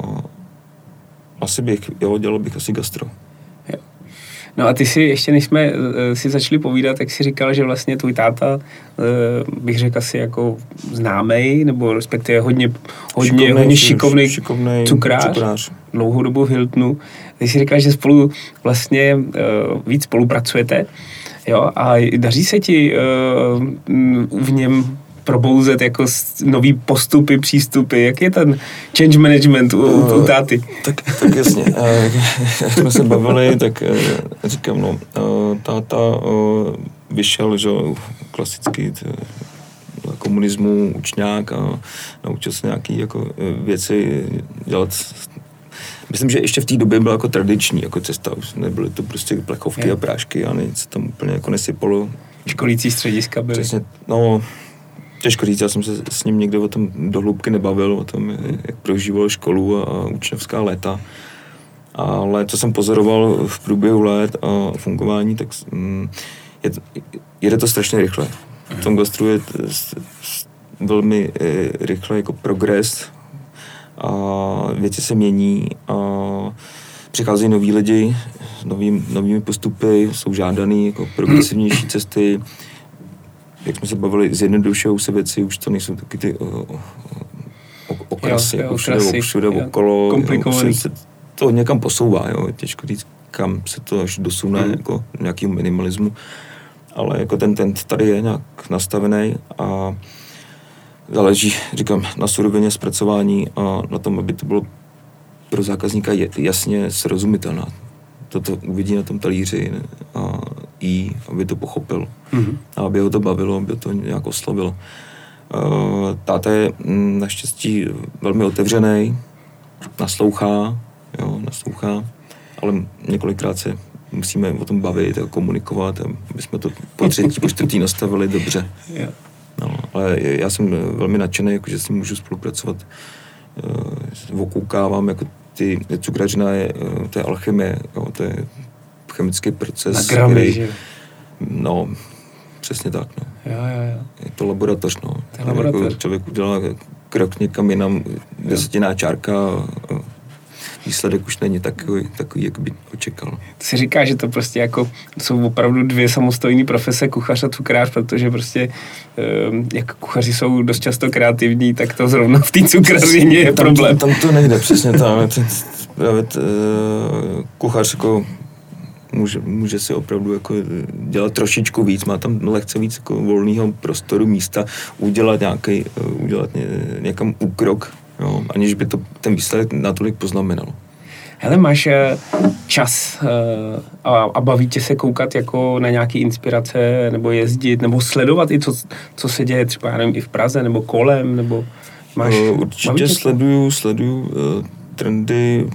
asi bych, jo, dělal bych asi gastro. Jo. No a ty si, ještě než jsme uh, si začali povídat, tak si říkal, že vlastně tvůj táta, uh, bych řekl asi jako známej, nebo respektive hodně, hodně, šikovnej, hodně šikovnej, šikovnej cukrář, cukrář, dlouhou dobu v Hiltonu. Ty si říkal, že spolu vlastně uh, víc spolupracujete, jo, a daří se ti uh, v něm probouzet jako nový postupy, přístupy. Jak je ten change management u, uh, u táty? Tak, tak jasně. Jak jsme se bavili, tak říkám, no, táta vyšel, že klasický komunismu, učňák a naučil se nějaký jako věci dělat. Myslím, že ještě v té době byla jako tradiční jako cesta. Už nebyly to prostě plechovky je. a prášky a nic tam úplně jako nesypalo. Školící střediska byly. Přesně, no, těžko říct, já jsem se s ním někde o tom do hloubky nebavil, o tom, jak prožíval školu a učňovská léta. Ale co jsem pozoroval v průběhu let a fungování, tak je, jede to strašně rychle. V tom gastru je velmi rychle jako progres a věci se mění a přicházejí noví lidi s nový, novými postupy, jsou žádaný jako progresivnější cesty. Jak jsme se bavili, zjednodušují se věci, už to nejsou taky ty o, o, o, okrasy, jo, jo, všude, okrasy, všude jo, okolo. Komplikovaný. Se, se to někam posouvá, jo, těžko říct, kam se to až dosune, mm. jako nějakým minimalismu. Ale jako ten tent tady je nějak nastavený a záleží, říkám, na surovině zpracování a na tom, aby to bylo pro zákazníka jasně srozumitelné. Toto uvidí na tom talíři a jí, aby to pochopil. Mm-hmm. A aby ho to bavilo, aby to nějak oslovilo. Táta je naštěstí velmi otevřený, naslouchá, jo, naslouchá, ale několikrát se musíme o tom bavit a komunikovat, aby jsme to po třetí, po čtvrtý nastavili dobře. Yeah. No, ale já jsem velmi nadšený, jako, že s ním můžu spolupracovat. Uh, okoukávám, jako ty cukrařina je, uh, to je alchymie, jo, to je chemický proces. Na gramy, který, že? No, přesně tak, no. Jo, jo, jo. Je to laboratoř, no. To je laboratoř. Jako člověk udělá krok někam jinam, desetiná čárka, výsledek už není takový, takový, jak by očekal. To si říká, že to prostě jako jsou opravdu dvě samostatné profese, kuchař a cukrář, protože prostě jak kuchaři jsou dost často kreativní, tak to zrovna v té cukrařině je tam, problém. Tam to nejde, přesně tam. Právě kuchař jako může, může si opravdu jako dělat trošičku víc, má tam lehce víc jako volného prostoru, místa, udělat nějaký, udělat ně, někam úkrok, jo, aniž by to ten výsledek natolik poznamenalo. Hele, máš čas a, a baví tě se koukat jako na nějaké inspirace, nebo jezdit, nebo sledovat i co, co se děje třeba, já nevím, i v Praze, nebo kolem, nebo máš... Určitě sleduju, sleduju uh, trendy.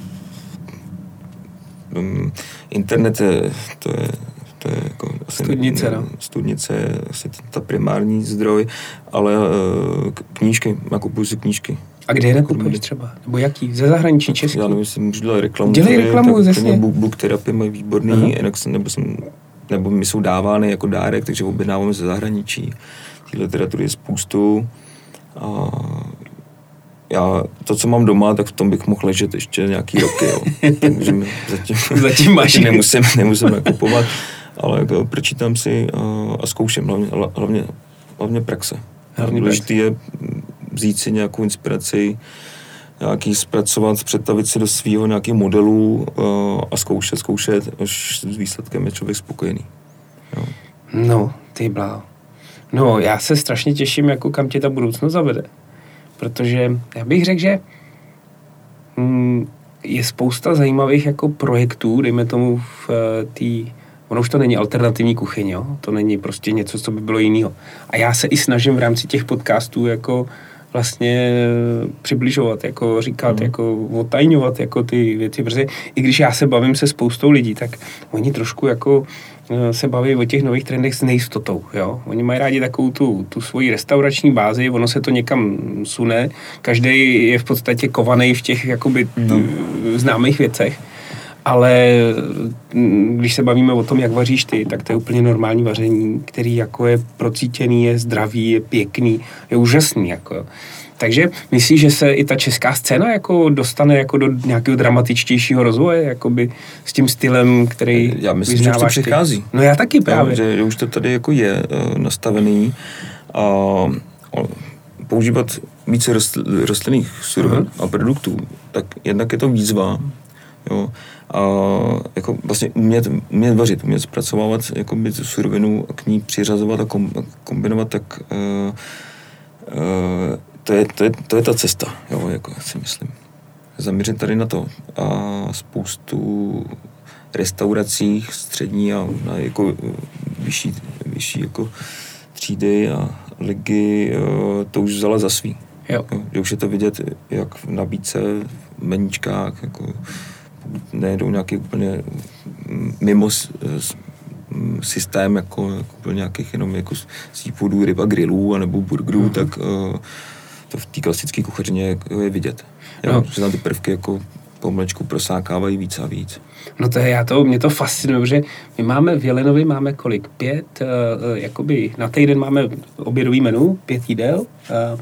Um, internet je, to je, to je jako asi studnice, no. Studnice je asi ta primární zdroj, ale uh, knížky, nakupuju si knížky. A kde je nakupuješ třeba? Nebo jaký? Ze zahraničí, český? Já nevím, jestli můžu dělat reklamu. Dělej reklamu, jasně. Book, book terapie mají výborný, nebo, jsem, nebo mi jsou dávány jako dárek, takže objednáváme ze zahraničí. Té literatury je spoustu. A já to, co mám doma, tak v tom bych mohl ležet ještě nějaký roky, jo. Takže zatím, zatím máš nemusím, nemusím nakupovat, ale jako pročítám si a, a zkouším, hlavně, hlavně, hlavně praxe. Důležitý je vzít si nějakou inspiraci, nějaký zpracovat, představit si do svého nějakých modelů a zkoušet, zkoušet, až s výsledkem je člověk spokojený. Jo. No, ty bláho. No, já se strašně těším, jako kam tě ta budoucnost zavede. Protože já bych řekl, že mm, je spousta zajímavých jako projektů, dejme tomu v té, ono už to není alternativní kuchyň, jo? To není prostě něco, co by bylo jiného. A já se i snažím v rámci těch podcastů jako vlastně přibližovat, jako říkat, mm. jako otajňovat jako ty věci, protože i když já se bavím se spoustou lidí, tak oni trošku jako se baví o těch nových trendech s nejistotou, jo. Oni mají rádi takovou tu, tu svoji restaurační bázi, ono se to někam sune, každý je v podstatě kovaný v těch jakoby no. známých věcech, ale když se bavíme o tom, jak vaříš ty, tak to je úplně normální vaření, který jako je procítěný, je zdravý, je pěkný, je úžasný, jako. Takže myslíš, že se i ta česká scéna jako dostane jako do nějakého dramatičtějšího rozvoje, jakoby s tím stylem, který já myslím, že už to přichází. No já taky právě. No, že, že už to tady jako je uh, nastavený a uh, používat více rostl, rostlinných surovin uh-huh. a produktů, tak jednak je to výzva, jo, a jako vlastně umět, umět vařit, umět zpracovávat jakoby tu surovinu a k ní přiřazovat a kom, kombinovat, tak uh, uh, To je, to, je, to je ta cesta, jo, jako si myslím. Zaměřit tady na to. A spoustu restauracích střední a na jako vyšší, vyšší jako třídy a ligy to už vzala za svý. Jo. Jo, že už je to vidět jak v nabídce, v meníčkách, jako nejedou nějaký úplně mimo systém jako, jako nějakých jenom jako seafoodů, ryb a grillů anebo burgerů, mm-hmm. tak to v té klasické kuchařině je vidět. Jo, no. Že tam ty prvky jako pomlečku prosákávají víc a víc. No to je, já to, mě to fascinuje, protože my máme v Jelenovi máme kolik? Pět, uh, jakoby na týden máme obědový menu, pět jídel uh,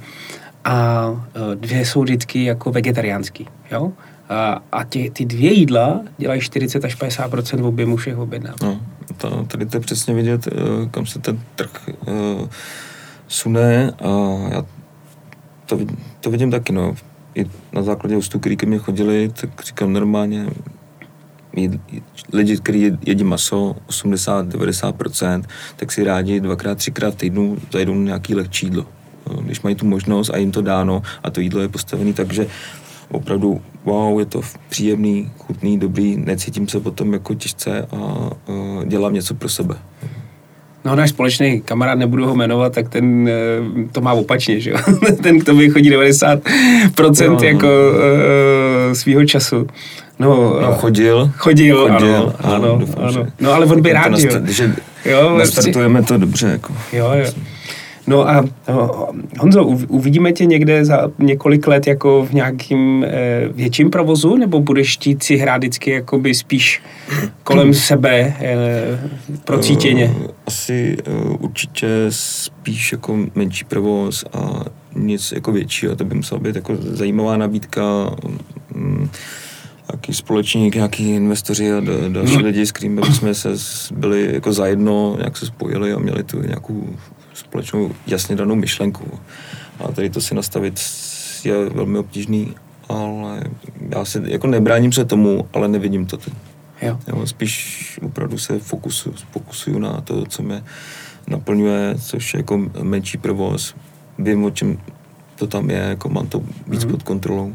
a uh, dvě jsou vždycky jako vegetariánský, jo? A, a tě, ty dvě jídla dělají čtyřicet až padesát procent objemu všech objednávek. No, to, tady to je přesně vidět, uh, kam se ten trh uh, sune a já To, to vidím taky, no. I na základě hostů, který ke mně chodili, tak říkám normálně, jed, lidi, kteří jedí maso, osmdesát až devadesát procent, tak si rádi dvakrát, třikrát v týdnu zajdou na nějaký lehčí jídlo. No, když mají tu možnost a jim to dáno a to jídlo je postavené, takže opravdu wow, je to příjemný, chutný, dobrý, necítím se potom jako těžce a, a dělám něco pro sebe. No náš společný kamarád, nebudu ho jmenovat, tak ten to má opačně, že jo. Ten k tobě chodí devadesát procent no, jako uh, svýho času. No, no chodil. Chodil, chodil ano, ano, ano, doufám, ano. Že, No ale on by rád, nasta- jo. Že jo, nastartujeme to dobře, jako. Jo, jo. No a Honzo, uvidíme tě někde za několik let jako v nějakým eh, větším provozu, nebo budeš chtít si hrát vždycky jakoby spíš kolem sebe eh, procítěně? Uh, asi uh, určitě spíš jako menší provoz a nic jako většího, to by musela být jako zajímavá nabídka, um, nějaký společník, nějaký investoři a další no. lidi, s kterými jsme se byli jako zajedno, nějak se spojili a měli tu nějakou společnou jasně danou myšlenku. A tady to si nastavit je velmi obtížný, ale já se jako nebráním se tomu, ale nevidím to teď. Jo. Jo, spíš opravdu se fokusuju, fokusuju na to, co mě naplňuje, což je jako menší provoz. Vím, o čem to tam je, jako mám to víc mm-hmm. pod kontrolou.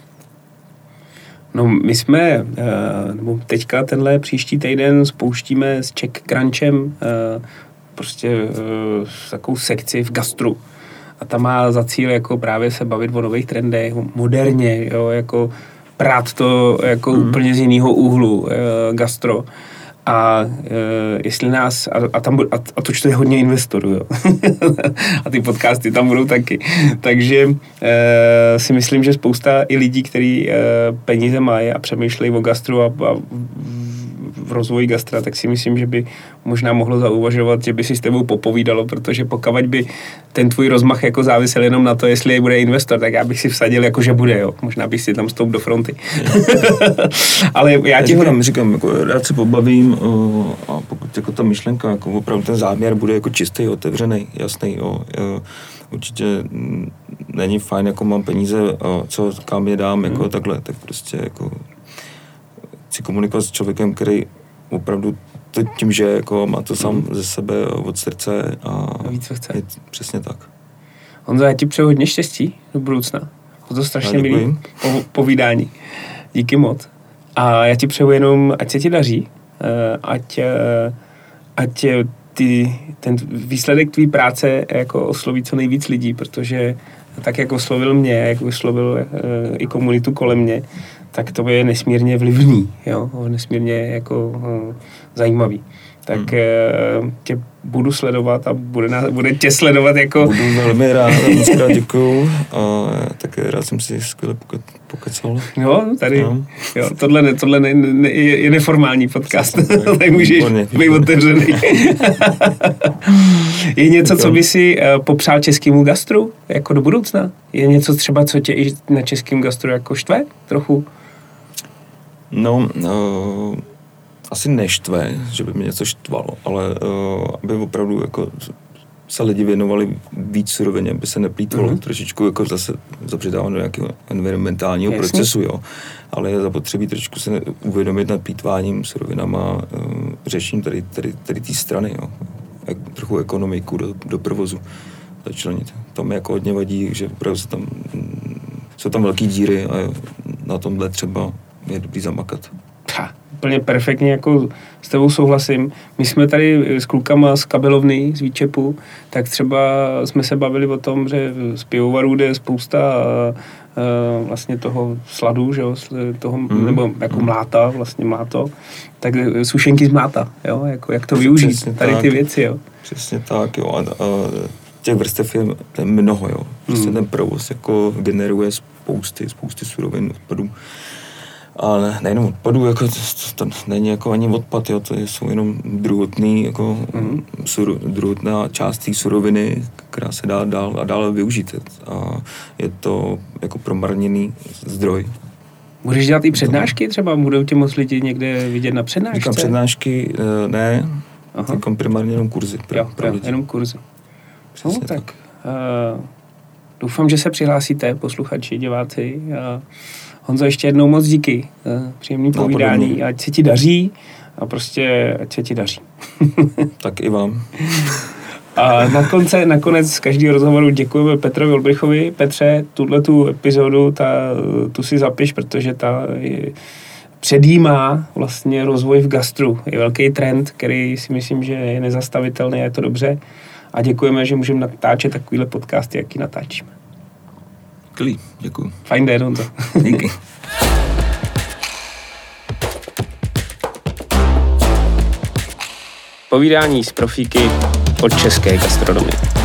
No my jsme, nebo teďka tenhle příští týden spouštíme s Czech Crunchem prostě takovou sekci v gastru. A ta má za cíl jako právě se bavit o nových trendech, moderně, jo, jako prát to jako mm. úplně z jiného úhlu, gastro. A e, jestli nás, a, a tam a, a to čte hodně investorů, jo. A ty podcasty tam budou taky. Takže e, si myslím, že spousta i lidí, kteří e, peníze mají a přemýšlejí o gastru a, a v rozvoji gastra, tak si myslím, že by možná mohlo zauvažovat, že by si s tebou popovídalo, protože pokud by ten tvůj rozmach jako závisel jenom na to, jestli bude investor, tak já bych si vsadil, jako že bude, jo. Možná bych si tam stoup do fronty. Ale já, já ti říkám, říkám, jako rád se pobavím uh, a pokud jako ta myšlenka, jako opravdu ten záměr bude jako čistý, otevřený, jasný, jo, uh, určitě není fajn, jako mám peníze, uh, co kam je dám, jako hmm. takhle, tak prostě jako chci komunikovat s člověkem, který opravdu to tím, že jako má to sám mm. ze sebe od srdce a, a víc, co chce. Je přesně tak. Honzo, já ti přeju hodně štěstí do budoucna. To to strašně milý po, povídání. Díky moc. A já ti přeju jenom, ať se ti daří, ať, ať ty, ten výsledek tvý práce jako osloví co nejvíc lidí, protože tak, jak oslovil mě, jak oslovil i komunitu kolem mě, tak to je nesmírně vlivný, jo, nesmírně jako uh, zajímavý. Tak hmm. uh, tě budu sledovat a bude, na, bude tě sledovat jako... Budu velmi rád, moc krát děkuju a také rád jsem si skvěle pokecal. No, tady, no. Jo, tohle, ne, tohle ne, ne, je, je neformální podcast, tak můžeš být otevřený. Je něco, co by si uh, popřál českému gastru, jako do budoucna? Je něco třeba, co tě i na českém gastru jako štve trochu? No, uh, asi neštve, že by mě něco štvalo, ale uh, aby opravdu jako se lidi věnovali víc surovině, aby se neplýtvalo mm-hmm. trošičku jako zase zapřidávat do nějakého environmentálního Jasně. procesu, jo. Ale je zapotřebí trošičku se uvědomit nad plýtváním surovinama, uh, řeším tady, tady, tady té strany, jo. Jak trochu ekonomiku do, do provozu začlenit. To mi jako hodně vadí, že opravdu se tam, jsou tam velký díry a na tomhle třeba je dobrý zamakat. Ha, úplně perfektně, jako s tebou souhlasím. My jsme tady s klukama z kabelovny, z Výčepu, tak třeba jsme se bavili o tom, že z pivovarů jde spousta uh, vlastně toho sladu, že jo, toho, mm. nebo jako mláta, vlastně mláto, tak sušenky z mláta, jo, jako jak to využít, přesně tady tak, ty věci, jo. Přesně tak, jo, a, a těch vrstev je mnoho, jo. Prostě mm. ten provoz jako generuje spousty, spousty surovin, odpadů. A nejenom odpadů, jako to, to, to není jako ani odpad, jo, to jsou jenom druhotný, jako mm. sur, druhotná část té suroviny, která se dá dál a dál využít. A je to jako promarněný zdroj. Budeš dělat i přednášky třeba? Budou tě moc lidi někde vidět na přednášce? Říkám přednášky, ne, říkám primárně jenom kurzy. Pro, jo, pro jo, jenom kurzy. Přesně no, tak. tak. Uh, doufám, že se přihlásíte, posluchači, diváci. Uh, Honzo, ještě jednou moc díky. Uh, příjemný no, povídání. Podobně. Ať se ti daří a prostě ať se ti daří. Tak i vám. A na konce, nakonec z každého rozhovoru děkujeme Petrovi Olbrichovi. Petře, tuhletu epizodu, ta, tu si zapiš, protože ta je, předjímá vlastně rozvoj v gastru. Je velký trend, který si myslím, že je nezastavitelný a je to dobře. A děkujeme, že můžeme natáčet takovýhle podcasty, jaký natáčíme. Skvělý, děkuju. Fajn den, Honzo. Díky. Povídání z profíky od české gastronomie.